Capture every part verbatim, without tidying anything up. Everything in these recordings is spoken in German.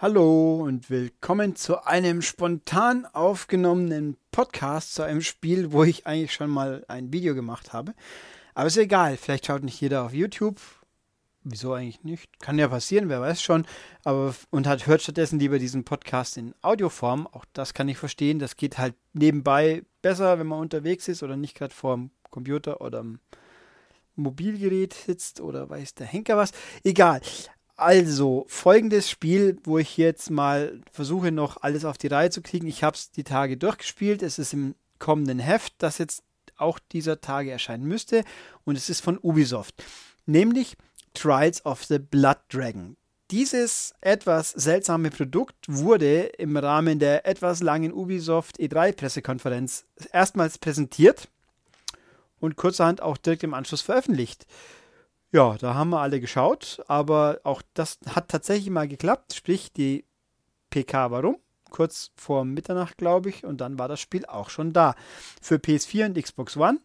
Hallo und willkommen zu einem spontan aufgenommenen Podcast zu einem Spiel, wo ich eigentlich schon mal ein Video gemacht habe. Aber ist egal, vielleicht schaut nicht jeder auf YouTube. Wieso eigentlich nicht? Kann ja passieren, wer weiß schon. Aber und hat hört stattdessen lieber diesen Podcast in Audioform. Auch das kann ich verstehen. Das geht halt nebenbei besser, wenn man unterwegs ist oder nicht gerade vor dem Computer oder am Mobilgerät sitzt oder weiß der Henker was. Egal. Also, folgendes Spiel, wo ich jetzt mal versuche, noch alles auf die Reihe zu kriegen. Ich habe es die Tage durchgespielt. Es ist im kommenden Heft, das jetzt auch dieser Tage erscheinen müsste. Und es ist von Ubisoft. Nämlich Trials of the Blood Dragon. Dieses etwas seltsame Produkt wurde im Rahmen der etwas langen Ubisoft E drei Pressekonferenz erstmals präsentiert und kurzerhand auch direkt im Anschluss veröffentlicht. Ja, da haben wir alle geschaut, aber auch das hat tatsächlich mal geklappt, sprich die P K war rum, kurz vor Mitternacht, glaube ich, und dann war das Spiel auch schon da. Für P S vier und Xbox One.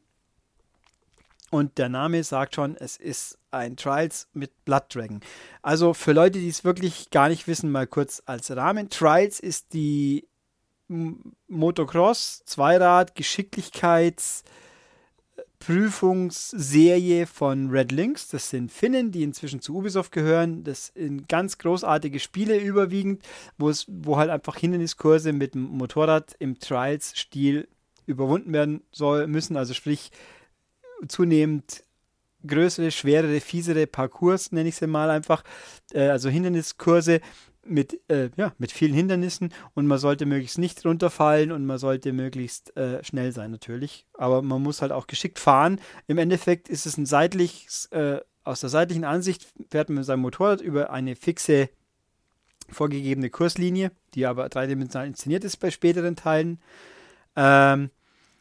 Und der Name sagt schon, es ist ein Trials mit Blood Dragon. Also für Leute, die es wirklich gar nicht wissen, mal kurz als Rahmen. Trials ist die Motocross, Zweirad, Geschicklichkeits- Prüfungsserie von Red Lynx. Das sind Finnen, die inzwischen zu Ubisoft gehören. Das sind ganz großartige Spiele überwiegend, wo es, wo halt einfach Hinderniskurse mit dem Motorrad im Trials-Stil überwunden werden soll, müssen. Also sprich zunehmend größere, schwerere, fiesere Parcours, nenne ich sie mal einfach. Äh, also Hinderniskurse mit, äh, ja, mit vielen Hindernissen und man sollte möglichst nicht runterfallen und man sollte möglichst äh, schnell sein natürlich, aber man muss halt auch geschickt fahren. Im Endeffekt ist es ein seitliches, äh, aus der seitlichen Ansicht fährt man mit seinem Motorrad über eine fixe vorgegebene Kurslinie, die aber dreidimensional inszeniert ist bei späteren Teilen, ähm,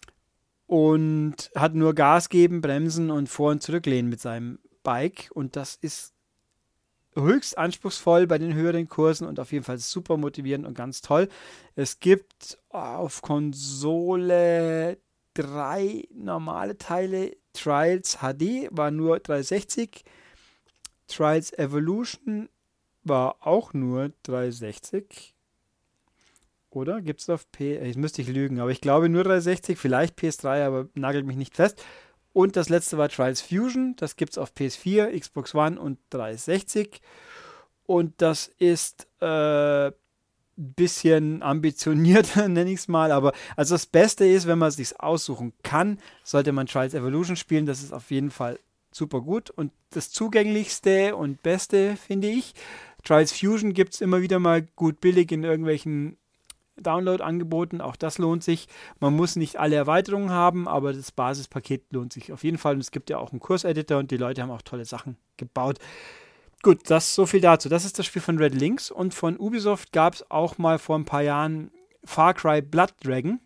und hat nur Gas geben, bremsen und vor- und zurücklehnen mit seinem Bike und das ist höchst anspruchsvoll bei den höheren Kursen und auf jeden Fall super motivierend und ganz toll. Es gibt auf Konsole drei normale Teile. Trials H D war nur dreihundertsechzig. Trials Evolution war auch nur dreihundertsechzig. Oder? Gibt es auf P... Jetzt müsste ich lügen, aber ich glaube nur dreihundertsechzig, vielleicht P S drei, aber nagelt mich nicht fest. Und das letzte war Trials Fusion, das gibt es auf P S vier, Xbox One und dreihundertsechzig. Und das ist ein äh, bisschen ambitionierter, nenne ich es mal. Aber also das Beste ist, wenn man es sich aussuchen kann, sollte man Trials Evolution spielen. Das ist auf jeden Fall super gut. Und das zugänglichste und beste, finde ich, Trials Fusion gibt es immer wieder mal gut billig in irgendwelchen Download-Angeboten, auch das lohnt sich. Man muss nicht alle Erweiterungen haben, aber das Basispaket lohnt sich auf jeden Fall. Und es gibt ja auch einen Kurseditor und die Leute haben auch tolle Sachen gebaut. Gut, das so viel dazu. Das ist das Spiel von Red Lynx und von Ubisoft gab es auch mal vor ein paar Jahren Far Cry Blood Dragon.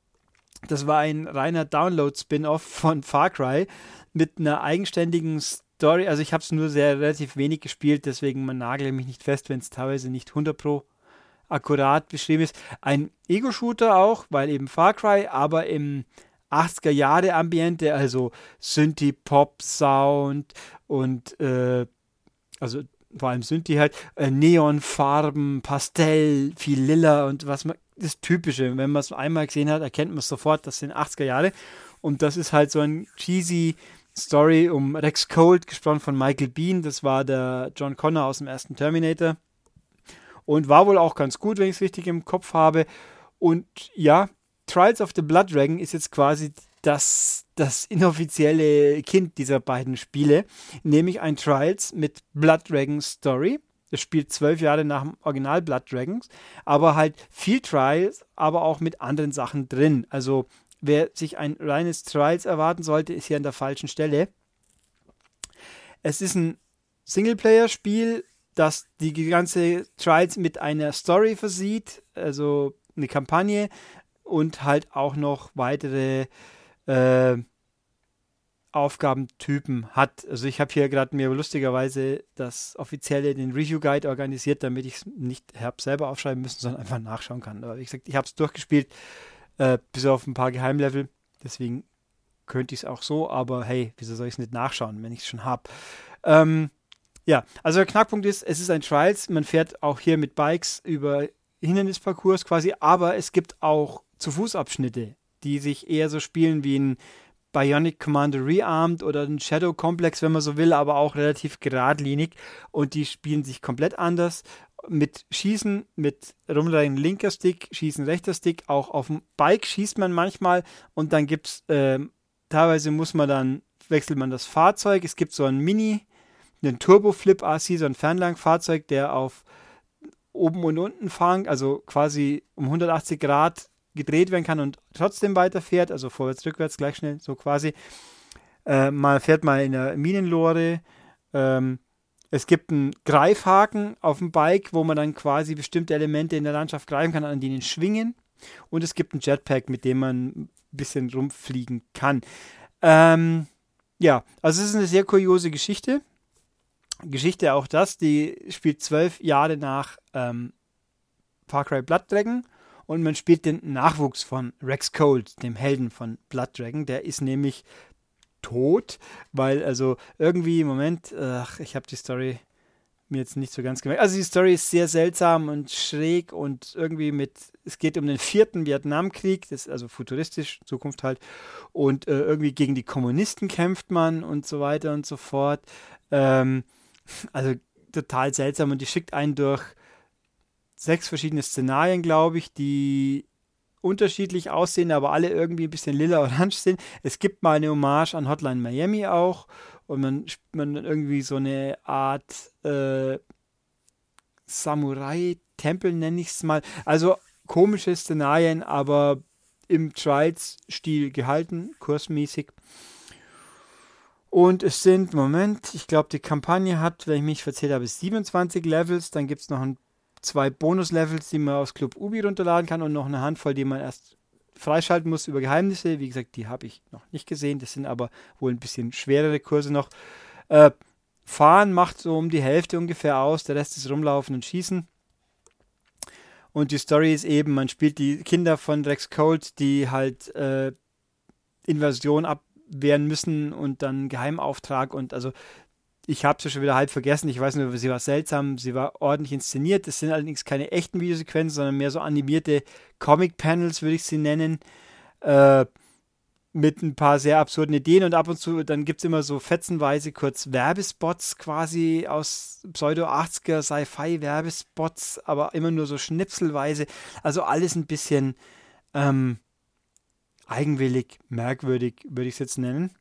Das war ein reiner Download-Spin-Off von Far Cry mit einer eigenständigen Story. Also ich habe es nur sehr relativ wenig gespielt, deswegen man nagele mich nicht fest, wenn es teilweise nicht hundert Pro akkurat beschrieben ist. Ein Ego-Shooter auch, weil eben Far Cry, aber im achtziger-Jahre-Ambiente, also Synthie-Pop-Sound und äh, also vor allem Synthie halt, äh, Neonfarben, Pastell, viel Lila und was man, das Typische. Wenn man es einmal gesehen hat, erkennt man es sofort, das sind achtziger Jahre und das ist halt so ein cheesy Story um Rex Colt, gesprochen von Michael Biehn, das war der John Connor aus dem ersten Terminator. Und war wohl auch ganz gut, wenn ich es richtig im Kopf habe. Und ja, Trials of the Blood Dragon ist jetzt quasi das, das inoffizielle Kind dieser beiden Spiele. Nämlich ein Trials mit Blood Dragon Story. Das spielt zwölf Jahre nach dem Original Blood Dragons. Aber halt viel Trials, aber auch mit anderen Sachen drin. Also wer sich ein reines Trials erwarten sollte, ist hier an der falschen Stelle. Es ist ein Singleplayer-Spiel, dass die ganze Trials mit einer Story versieht, also eine Kampagne und halt auch noch weitere äh, Aufgabentypen hat. Also ich habe hier gerade mir lustigerweise das offizielle, den Review Guide organisiert, damit ich es nicht habe selber aufschreiben müssen, sondern einfach nachschauen kann. Aber wie gesagt, ich habe es durchgespielt, äh, bis auf ein paar Geheimlevel, deswegen könnte ich es auch so, aber hey, wieso soll ich es nicht nachschauen, wenn ich es schon habe? Ähm, Ja, also der Knackpunkt ist, es ist ein Trials, man fährt auch hier mit Bikes über Hindernisparcours quasi, aber es gibt auch Zu-Fuß-Abschnitte, die sich eher so spielen wie ein Bionic Commando Rearmed oder ein Shadow Complex, wenn man so will, aber auch relativ geradlinig und die spielen sich komplett anders. Mit Schießen, mit rumdrehen linker Stick, Schießen rechter Stick, auch auf dem Bike schießt man manchmal und dann gibt es, äh, teilweise muss man dann, wechselt man das Fahrzeug, es gibt so ein Mini, einen Turbo-Flip-R C, so ein Fernlagenfahrzeug, der auf oben und unten fahren, also quasi um hundertachtzig Grad gedreht werden kann und trotzdem weiterfährt, also vorwärts, rückwärts, gleich schnell, so quasi. Äh, man fährt mal in der Minenlore. Ähm, es gibt einen Greifhaken auf dem Bike, wo man dann quasi bestimmte Elemente in der Landschaft greifen kann, an denen schwingen. Und es gibt einen Jetpack, mit dem man ein bisschen rumfliegen kann. Ähm, ja, also es ist eine sehr kuriose Geschichte. Geschichte auch das, die spielt zwölf Jahre nach ähm, Far Cry Blood Dragon. Und man spielt den Nachwuchs von Rex Colt, dem Helden von Blood Dragon. Der ist nämlich tot, weil also irgendwie im Moment, ach, ich habe die Story mir jetzt nicht so ganz gemerkt. Also die Story ist sehr seltsam und schräg und irgendwie mit, es geht um den vierten Vietnamkrieg, das ist also futuristisch, Zukunft halt. Und äh, irgendwie gegen die Kommunisten kämpft man und so weiter und so fort. Ähm, also total seltsam und die schickt einen durch sechs verschiedene Szenarien, glaube ich, die unterschiedlich aussehen, aber alle irgendwie ein bisschen lila-orange sind. Es gibt mal eine Hommage an Hotline Miami auch und man, man irgendwie so eine Art äh, Samurai-Tempel, nenne ich es mal. Also komische Szenarien, aber im Trials-Stil gehalten, kursmäßig. Und es sind, Moment, ich glaube, die Kampagne hat, wenn ich mich verzählt habe, siebenundzwanzig Levels. Dann gibt es noch ein zwei Bonus-Levels, die man aus Club Ubi runterladen kann und noch eine Handvoll, die man erst freischalten muss über Geheimnisse. Wie gesagt, die habe ich noch nicht gesehen. Das sind aber wohl ein bisschen schwerere Kurse noch. Äh, Fahren macht so um die Hälfte ungefähr aus. Der Rest ist Rumlaufen und Schießen. Und die Story ist eben, man spielt die Kinder von Rex Colt, die halt äh, Invasion abwehren müssen und dann Geheimauftrag und also ich habe sie schon wieder halb vergessen. Ich weiß nur, sie war seltsam. Sie war ordentlich inszeniert. Das sind allerdings keine echten Videosequenzen, sondern mehr so animierte Comic-Panels, würde ich sie nennen. Äh, mit ein paar sehr absurden Ideen. Und ab und zu, dann gibt es immer so fetzenweise kurz Werbespots quasi aus Pseudo-achtziger Sci-Fi-Werbespots, aber immer nur so schnipselweise. Also alles ein bisschen ähm, eigenwillig, merkwürdig, würde ich es jetzt nennen.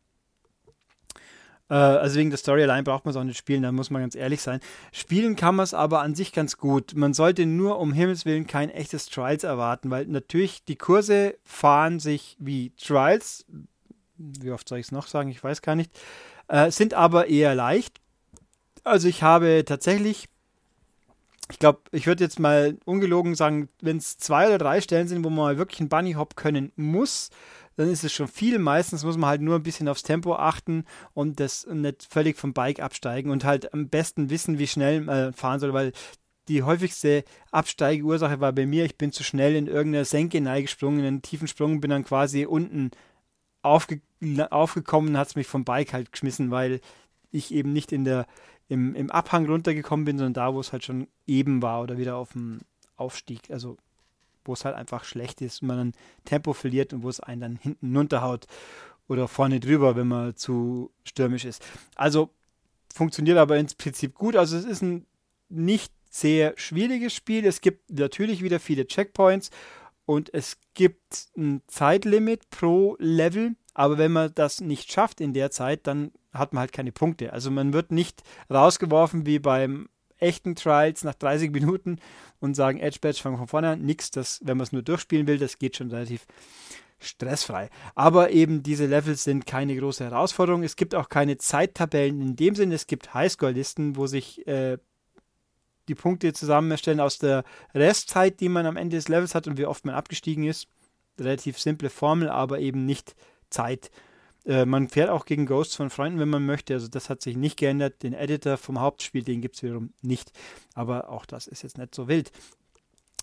Also wegen der Story allein braucht man es auch nicht spielen, da muss man ganz ehrlich sein. Spielen kann man es aber an sich ganz gut. Man sollte nur um Himmels Willen kein echtes Trials erwarten, weil natürlich die Kurse fahren sich wie Trials, wie oft soll ich es noch sagen, ich weiß gar nicht, äh, sind aber eher leicht. Also ich habe tatsächlich, ich glaube, ich würde jetzt mal ungelogen sagen, wenn es zwei oder drei Stellen sind, wo man mal wirklich einen Bunny Hop können muss, dann ist es schon viel. Meistens muss man halt nur ein bisschen aufs Tempo achten und das nicht völlig vom Bike absteigen und halt am besten wissen, wie schnell man fahren soll, weil die häufigste Absteigeursache war bei mir, ich bin zu schnell in irgendeiner Senke gesprungen, in einen tiefen Sprung, bin dann quasi unten aufge aufgekommen, hat es mich vom Bike halt geschmissen, weil ich eben nicht in der, im, im Abhang runtergekommen bin, sondern da, wo es halt schon eben war oder wieder auf dem Aufstieg, also wo es halt einfach schlecht ist und man dann Tempo verliert und wo es einen dann hinten runterhaut oder vorne drüber, wenn man zu stürmisch ist. Also funktioniert aber ins Prinzip gut. Also es ist ein nicht sehr schwieriges Spiel. Es gibt natürlich wieder viele Checkpoints und es gibt ein Zeitlimit pro Level, aber wenn man das nicht schafft in der Zeit, dann hat man halt keine Punkte. Also man wird nicht rausgeworfen wie beim echten Trials nach dreißig Minuten und sagen, Edge Badge, fangen von vorne an. Nix, das, wenn man es nur durchspielen will, das geht schon relativ stressfrei. Aber eben diese Levels sind keine große Herausforderung. Es gibt auch keine Zeittabellen in dem Sinne. Es gibt Highscore-Listen, wo sich äh, die Punkte zusammen erstellen aus der Restzeit, die man am Ende des Levels hat und wie oft man abgestiegen ist. Relativ simple Formel, aber eben nicht Zeit. Äh, man fährt auch gegen Ghosts von Freunden, wenn man möchte. Also das hat sich nicht geändert. Den Editor vom Hauptspiel, den gibt es wiederum nicht. Aber auch das ist jetzt nicht so wild.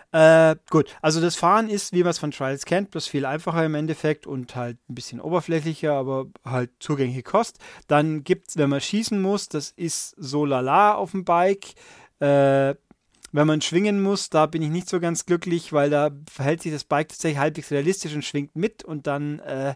Äh, gut, also das Fahren ist, wie man es von Trials kennt, bloß viel einfacher im Endeffekt und halt ein bisschen oberflächlicher, aber halt zugängliche Kost. Dann gibt es, wenn man schießen muss, das ist so lala auf dem Bike. Äh, wenn man schwingen muss, da bin ich nicht so ganz glücklich, weil da verhält sich das Bike tatsächlich halbwegs realistisch und schwingt mit und dann äh,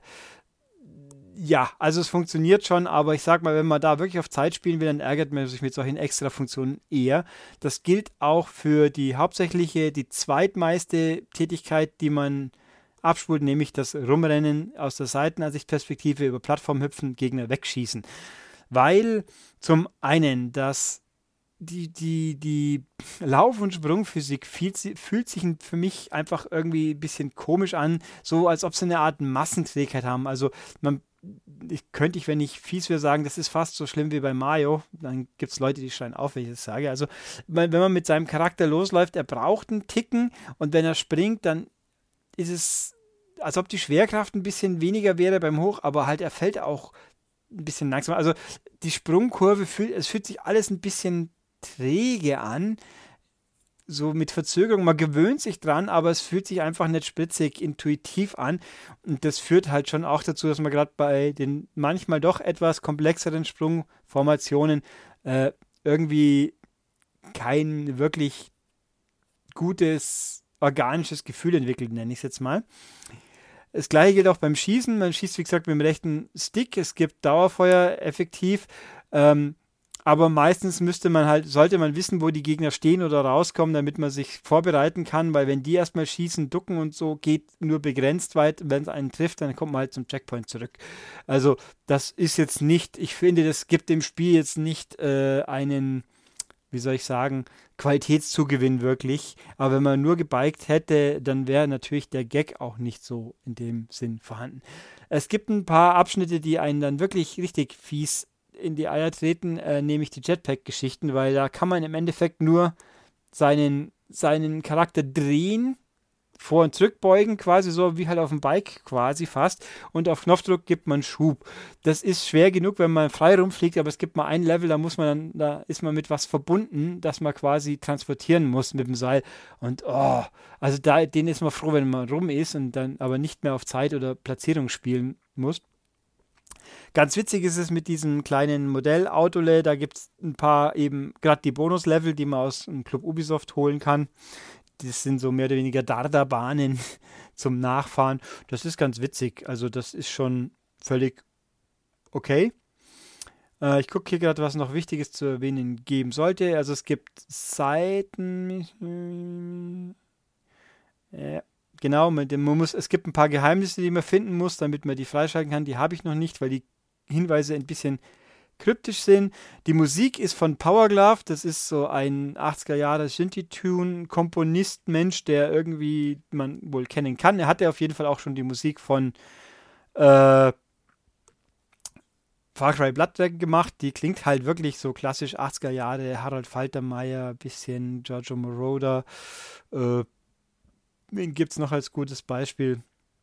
ja, also es funktioniert schon, aber ich sag mal, wenn man da wirklich auf Zeit spielen will, dann ärgert man sich mit solchen Extra-Funktionen eher. Das gilt auch für die hauptsächliche, die zweitmeiste Tätigkeit, die man abspult, nämlich das Rumrennen aus der Seitenansichtperspektive über Plattform hüpfen, Gegner wegschießen. Weil zum einen das die, die, die Lauf- und Sprungphysik fühlt, fühlt sich für mich einfach irgendwie ein bisschen komisch an, so als ob sie eine Art Massenträgheit haben. Also man ich, könnte ich, wenn ich fies wäre, sagen, das ist fast so schlimm wie bei Mario. Dann gibt es Leute, die schreien auf, wenn ich das sage. Also, wenn man mit seinem Charakter losläuft, er braucht einen Ticken und wenn er springt, dann ist es, als ob die Schwerkraft ein bisschen weniger wäre beim Hoch, aber halt er fällt auch ein bisschen langsam. Also, die Sprungkurve, fühlt, es fühlt sich alles ein bisschen träge an. So mit Verzögerung, man gewöhnt sich dran, aber es fühlt sich einfach nicht spritzig, intuitiv an. Und das führt halt schon auch dazu, dass man gerade bei den manchmal doch etwas komplexeren Sprungformationen äh, irgendwie kein wirklich gutes, organisches Gefühl entwickelt, nenne ich es jetzt mal. Das gleiche gilt auch beim Schießen. Man schießt, wie gesagt, mit dem rechten Stick. Es gibt Dauerfeuer effektiv. Ähm, Aber meistens müsste man halt, sollte man wissen, wo die Gegner stehen oder rauskommen, damit man sich vorbereiten kann, weil wenn die erstmal schießen, ducken und so, geht nur begrenzt weit. Wenn es einen trifft, dann kommt man halt zum Checkpoint zurück. Also das ist jetzt nicht, ich finde, das gibt dem Spiel jetzt nicht äh, einen, wie soll ich sagen, Qualitätszugewinn wirklich. Aber wenn man nur gebiked hätte, dann wäre natürlich der Gag auch nicht so in dem Sinn vorhanden. Es gibt ein paar Abschnitte, die einen dann wirklich richtig fies in die Eier treten, äh, nämlich die Jetpack-Geschichten, weil da kann man im Endeffekt nur seinen, seinen Charakter drehen, vor- und zurückbeugen, quasi so wie halt auf dem Bike quasi fast, und auf Knopfdruck gibt man Schub. Das ist schwer genug, wenn man frei rumfliegt, aber es gibt mal ein Level, da muss man dann, da ist man mit was verbunden, das man quasi transportieren muss mit dem Seil und oh, also da, den ist man froh, wenn man rum ist und dann aber nicht mehr auf Zeit oder Platzierung spielen muss. Ganz witzig ist es mit diesem kleinen Modell-Autole, da gibt es ein paar eben, gerade die Bonuslevel, die man aus dem Club Ubisoft holen kann. Das sind so mehr oder weniger Darda-Bahnen zum Nachfahren. Das ist ganz witzig, also das ist schon völlig okay. Äh, ich gucke hier gerade, was noch Wichtiges zu erwähnen geben sollte. Also es gibt Seiten... Äh, genau, mit dem, man muss, es gibt ein paar Geheimnisse, die man finden muss, damit man die freischalten kann. Die habe ich noch nicht, weil die Hinweise ein bisschen kryptisch sind. Die Musik ist von Powerglove, das ist so ein achtziger Jahre Synthi-Tune, Komponist, Mensch, der irgendwie man wohl kennen kann. Er hatte auf jeden Fall auch schon die Musik von äh, Far Cry Blood Dragon gemacht. Die klingt halt wirklich so klassisch achtziger Jahre, Harald Faltermeier, bisschen Giorgio Moroder. Äh, wen gibt es noch als gutes Beispiel?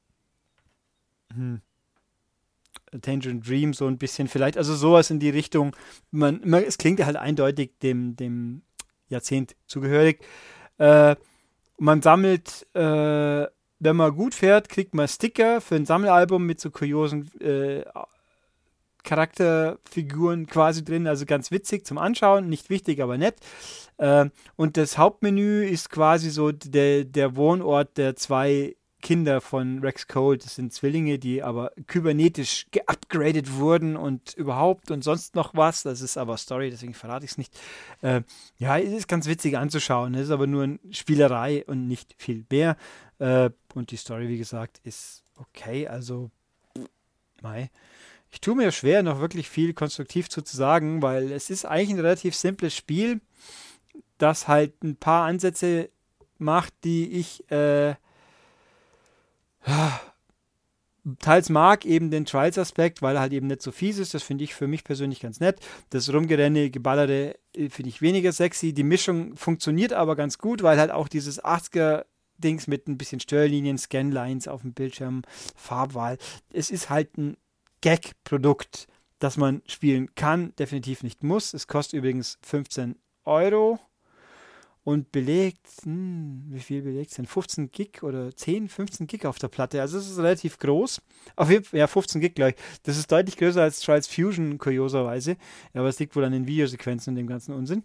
Hm. Tangerine Dream so ein bisschen vielleicht, also sowas in die Richtung. Man, man, es klingt halt eindeutig dem, dem Jahrzehnt zugehörig. Äh, man sammelt, äh, wenn man gut fährt, kriegt man Sticker für ein Sammelalbum mit so kuriosen äh, Charakterfiguren quasi drin, also ganz witzig zum Anschauen, nicht wichtig, aber nett. Äh, und das Hauptmenü ist quasi so der, der Wohnort der zwei Kinder von Rex Colt. Das sind Zwillinge, die aber kybernetisch geupgradet wurden und überhaupt und sonst noch was. Das ist aber Story, deswegen verrate ich es nicht. Äh, ja, es ist ganz witzig anzuschauen. Es ist aber nur eine Spielerei und nicht viel mehr. Äh, und die Story, wie gesagt, ist okay. Also, mei. Ich tue mir schwer, noch wirklich viel konstruktiv zu sagen, weil es ist eigentlich ein relativ simples Spiel, das halt ein paar Ansätze macht, die ich äh, teils mag, eben den Trials-Aspekt, weil er halt eben nicht so fies ist. Das finde ich für mich persönlich ganz nett. Das Rumgerenne, Geballere finde ich weniger sexy. Die Mischung funktioniert aber ganz gut, weil halt auch dieses achtziger-Dings mit ein bisschen Störlinien, Scanlines auf dem Bildschirm, Farbwahl. Es ist halt ein Gag-Produkt, das man spielen kann, definitiv nicht muss. Es kostet übrigens fünfzehn Euro. und belegt, hm, wie viel belegt sind? fünfzehn Gig oder zehn, fünfzehn Gig auf der Platte. Also es ist relativ groß. Auf jeden Fall, ja, fünfzehn Gig gleich. Das ist deutlich größer als Trials Fusion, kurioserweise. Aber es liegt wohl an den Videosequenzen und dem ganzen Unsinn.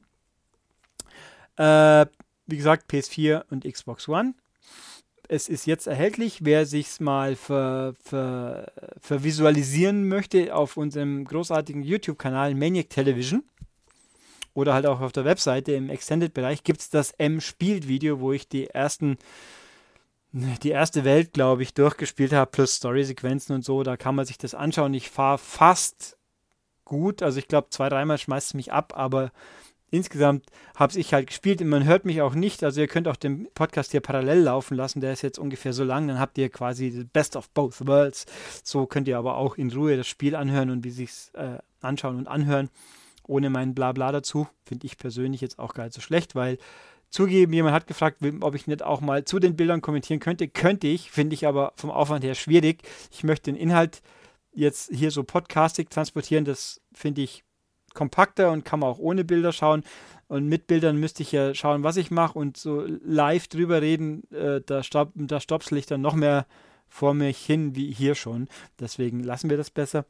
Äh, wie gesagt, P S vier und Xbox One. Es ist jetzt erhältlich. Wer sich's mal ver, ver, vervisualisieren möchte, auf unserem großartigen YouTube-Kanal Maniac Television oder halt auch auf der Webseite im Extended-Bereich gibt es das M-Spielt-Video, wo ich die ersten, die erste Welt, glaube ich, durchgespielt habe, plus Story-Sequenzen und so. Da kann man sich das anschauen. Ich fahre fast gut. Also ich glaube, zwei, dreimal schmeißt es mich ab, aber insgesamt habe ich halt gespielt und man hört mich auch nicht. Also ihr könnt auch den Podcast hier parallel laufen lassen. Der ist jetzt ungefähr so lang. Dann habt ihr quasi the best of both worlds. So könnt ihr aber auch in Ruhe das Spiel anhören und wie sich's äh, anschauen und anhören. Ohne mein Blabla dazu. Finde ich persönlich jetzt auch gar nicht so schlecht, weil zugeben, jemand hat gefragt, ob ich nicht auch mal zu den Bildern kommentieren könnte. Könnte ich, finde ich aber vom Aufwand her schwierig. Ich möchte den Inhalt jetzt hier so podcastig transportieren. Das finde ich kompakter und kann man auch ohne Bilder schauen. Und mit Bildern müsste ich ja schauen, was ich mache und so live drüber reden. Äh, da, stopp, da stopsel ich dann noch mehr vor mich hin, wie hier schon. Deswegen lassen wir das besser.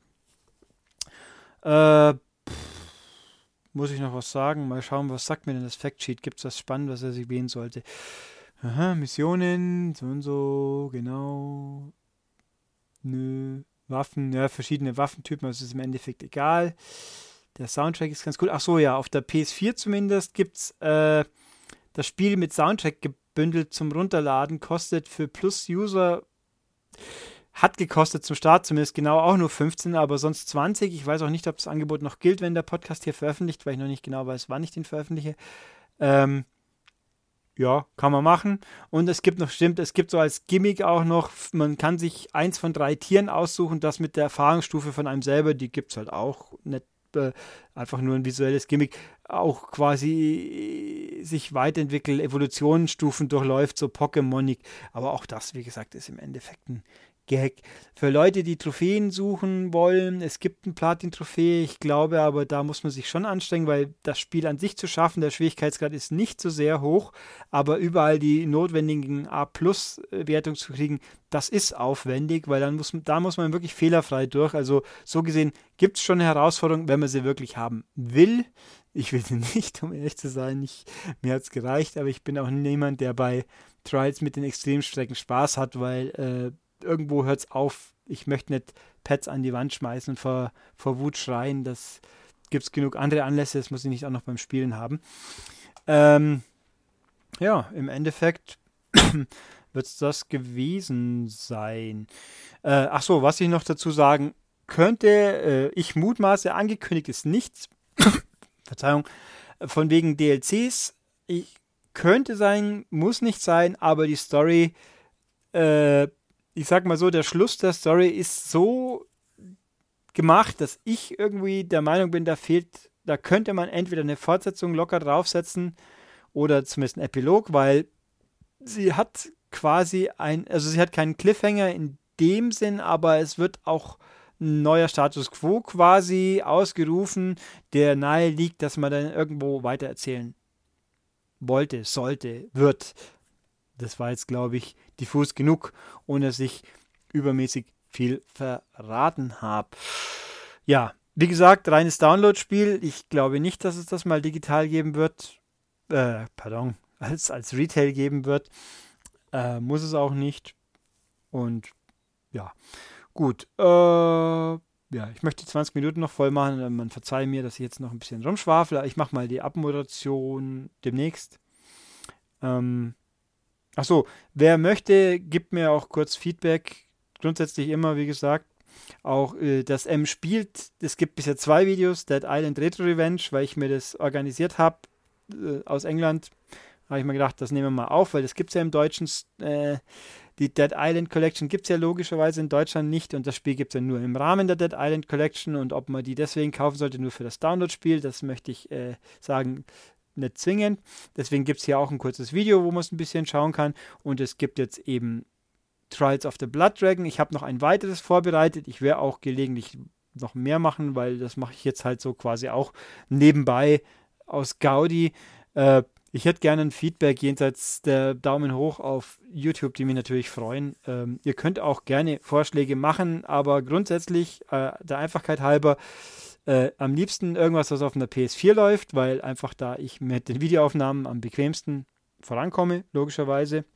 Äh, Muss ich noch was sagen? Mal schauen, was sagt mir denn das Factsheet? Gibt es was Spannendes, was er sich wählen sollte? Aha, Missionen, so und so, genau. Nö, Waffen, ja, verschiedene Waffentypen, also ist im Endeffekt egal. Der Soundtrack ist ganz cool. Ach so, ja, auf der P S vier zumindest gibt es äh, das Spiel mit Soundtrack gebündelt zum Runterladen, kostet für Plus-User, hat gekostet zum Start zumindest genau auch nur fünfzehn, aber sonst zwanzig. Ich weiß auch nicht, ob das Angebot noch gilt, wenn der Podcast hier veröffentlicht, weil ich noch nicht genau weiß, wann ich den veröffentliche. Ähm, ja, kann man machen. Und es gibt noch, stimmt, es gibt so als Gimmick auch noch, man kann sich eins von drei Tieren aussuchen, das mit der Erfahrungsstufe von einem selber, die gibt es halt auch, nicht äh, einfach nur ein visuelles Gimmick, auch quasi sich weiterentwickelt, Evolutionsstufen durchläuft, so Pokémonik. Aber auch das, wie gesagt, ist im Endeffekt ein Gag. Für Leute, die Trophäen suchen wollen, es gibt ein Platin-Trophäe, ich glaube aber, da muss man sich schon anstrengen, weil das Spiel an sich zu schaffen, der Schwierigkeitsgrad ist nicht so sehr hoch, aber überall die notwendigen A-Plus-Wertungen zu kriegen, das ist aufwendig, weil dann muss, da muss man wirklich fehlerfrei durch. Also so gesehen gibt es schon eine Herausforderung, wenn man sie wirklich haben will. Ich will sie nicht, um ehrlich zu sein, ich, mir hat es gereicht, aber ich bin auch niemand, der bei Trials mit den Extremstrecken Spaß hat, weil äh, irgendwo hört es auf. Ich möchte nicht Pads an die Wand schmeißen und vor, vor Wut schreien. Das gibt es genug andere Anlässe. Das muss ich nicht auch noch beim Spielen haben. Ähm, ja, im Endeffekt wird es das gewesen sein. Äh, ach so, was ich noch dazu sagen könnte, äh, ich mutmaße, angekündigt ist nichts. Verzeihung. Von wegen D L Cs. Ich könnte sein, muss nicht sein, aber die Story äh, ich sag mal so, der Schluss der Story ist so gemacht, dass ich irgendwie der Meinung bin, da fehlt, da könnte man entweder eine Fortsetzung locker draufsetzen oder zumindest einen Epilog, weil sie hat quasi ein, also sie hat keinen Cliffhanger in dem Sinn, aber es wird auch ein neuer Status Quo quasi ausgerufen, der nahe liegt, dass man dann irgendwo weitererzählen wollte, sollte, wird. Das war jetzt, glaube ich, diffus genug, ohne dass ich übermäßig viel verraten habe. Ja, wie gesagt, reines Download-Spiel. Ich glaube nicht, dass es das mal digital geben wird. Äh, pardon, als, als Retail geben wird. Äh, muss es auch nicht. Und ja, gut. Äh, ja, ich möchte zwanzig Minuten noch voll machen. Man verzeiht mir, dass ich jetzt noch ein bisschen rumschwafle. Ich mache mal die Abmoderation demnächst. Ähm, Achso, wer möchte, gibt mir auch kurz Feedback. Grundsätzlich immer, wie gesagt, auch äh, das M spielt. Es gibt bisher zwei Videos, Dead Island Retro Revenge, weil ich mir das organisiert habe äh, aus England. Habe ich mir gedacht, das nehmen wir mal auf, weil das gibt es ja im Deutschen. Äh, die Dead Island Collection gibt es ja logischerweise in Deutschland nicht und das Spiel gibt es ja nur im Rahmen der Dead Island Collection und ob man die deswegen kaufen sollte, nur für das Download-Spiel, das möchte ich äh, sagen, nicht zwingend. Deswegen gibt es hier auch ein kurzes Video, wo man es ein bisschen schauen kann. Und es gibt jetzt eben Trials of the Blood Dragon. Ich habe noch ein weiteres vorbereitet. Ich werde auch gelegentlich noch mehr machen, weil das mache ich jetzt halt so quasi auch nebenbei aus Gaudi. Äh, Ich hätte gerne ein Feedback jenseits der Daumen hoch auf YouTube, die mich natürlich freuen. Ähm, ihr könnt auch gerne Vorschläge machen, aber grundsätzlich, äh, der Einfachheit halber, äh, am liebsten irgendwas, was auf einer P S vier läuft, weil einfach da ich mit den Videoaufnahmen am bequemsten vorankomme, logischerweise.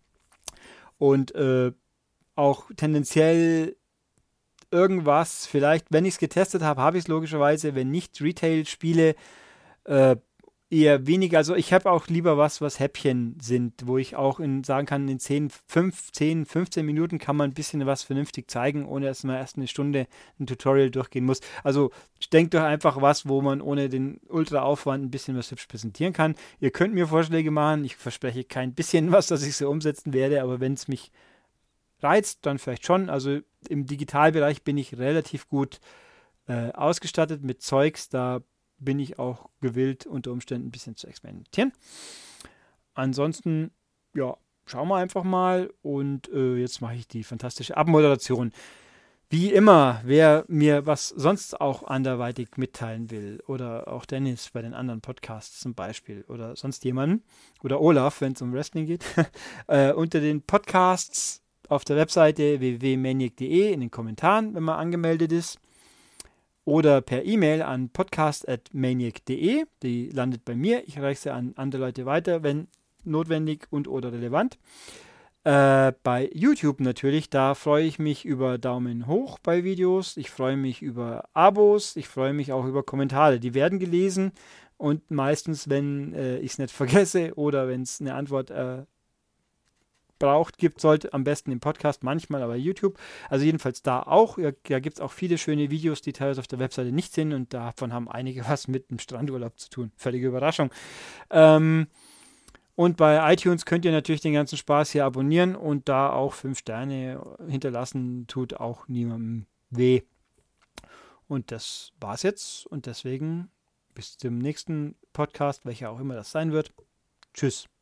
Und äh, auch tendenziell irgendwas, vielleicht, wenn ich es getestet habe, habe ich es logischerweise, wenn nicht Retail-Spiele, äh, eher weniger. Also ich habe auch lieber was, was Häppchen sind, wo ich auch in, sagen kann, in zehn, fünf, zehn, fünfzehn Minuten kann man ein bisschen was vernünftig zeigen, ohne dass man erst eine Stunde ein Tutorial durchgehen muss. Also denkt doch einfach was, wo man ohne den Ultra-Aufwand ein bisschen was hübsch präsentieren kann. Ihr könnt mir Vorschläge machen. Ich verspreche kein bisschen was, dass ich so umsetzen werde, aber wenn es mich reizt, dann vielleicht schon. Also im Digitalbereich bin ich relativ gut äh, ausgestattet mit Zeugs. Da bin ich auch gewillt, unter Umständen ein bisschen zu experimentieren. Ansonsten, ja, schauen wir einfach mal. Und äh, jetzt mache ich die fantastische Abmoderation. Wie immer, wer mir was sonst auch anderweitig mitteilen will, oder auch Dennis bei den anderen Podcasts zum Beispiel, oder sonst jemanden, oder Olaf, wenn es um Wrestling geht, äh, unter den Podcasts auf der Webseite w w w punkt maniac punkt de in den Kommentaren, wenn man angemeldet ist, oder per E-Mail an podcast at maniac punkt de. Die landet bei mir. Ich reiche sie an andere Leute weiter, wenn notwendig und oder relevant. Äh, bei YouTube natürlich, da freue ich mich über Daumen hoch bei Videos. Ich freue mich über Abos. Ich freue mich auch über Kommentare. Die werden gelesen und meistens, wenn äh, ich es nicht vergesse oder wenn es eine Antwort äh, braucht, gibt, sollte am besten im Podcast, manchmal aber YouTube. Also jedenfalls da auch. Ja, da gibt es auch viele schöne Videos, die teilweise auf der Webseite nicht sind und davon haben einige was mit dem Strandurlaub zu tun. Völlige Überraschung. Ähm, und bei iTunes könnt ihr natürlich den ganzen Spaß hier abonnieren und da auch fünf Sterne hinterlassen, tut auch niemandem weh. Und das war's jetzt und deswegen bis zum nächsten Podcast, welcher auch immer das sein wird. Tschüss.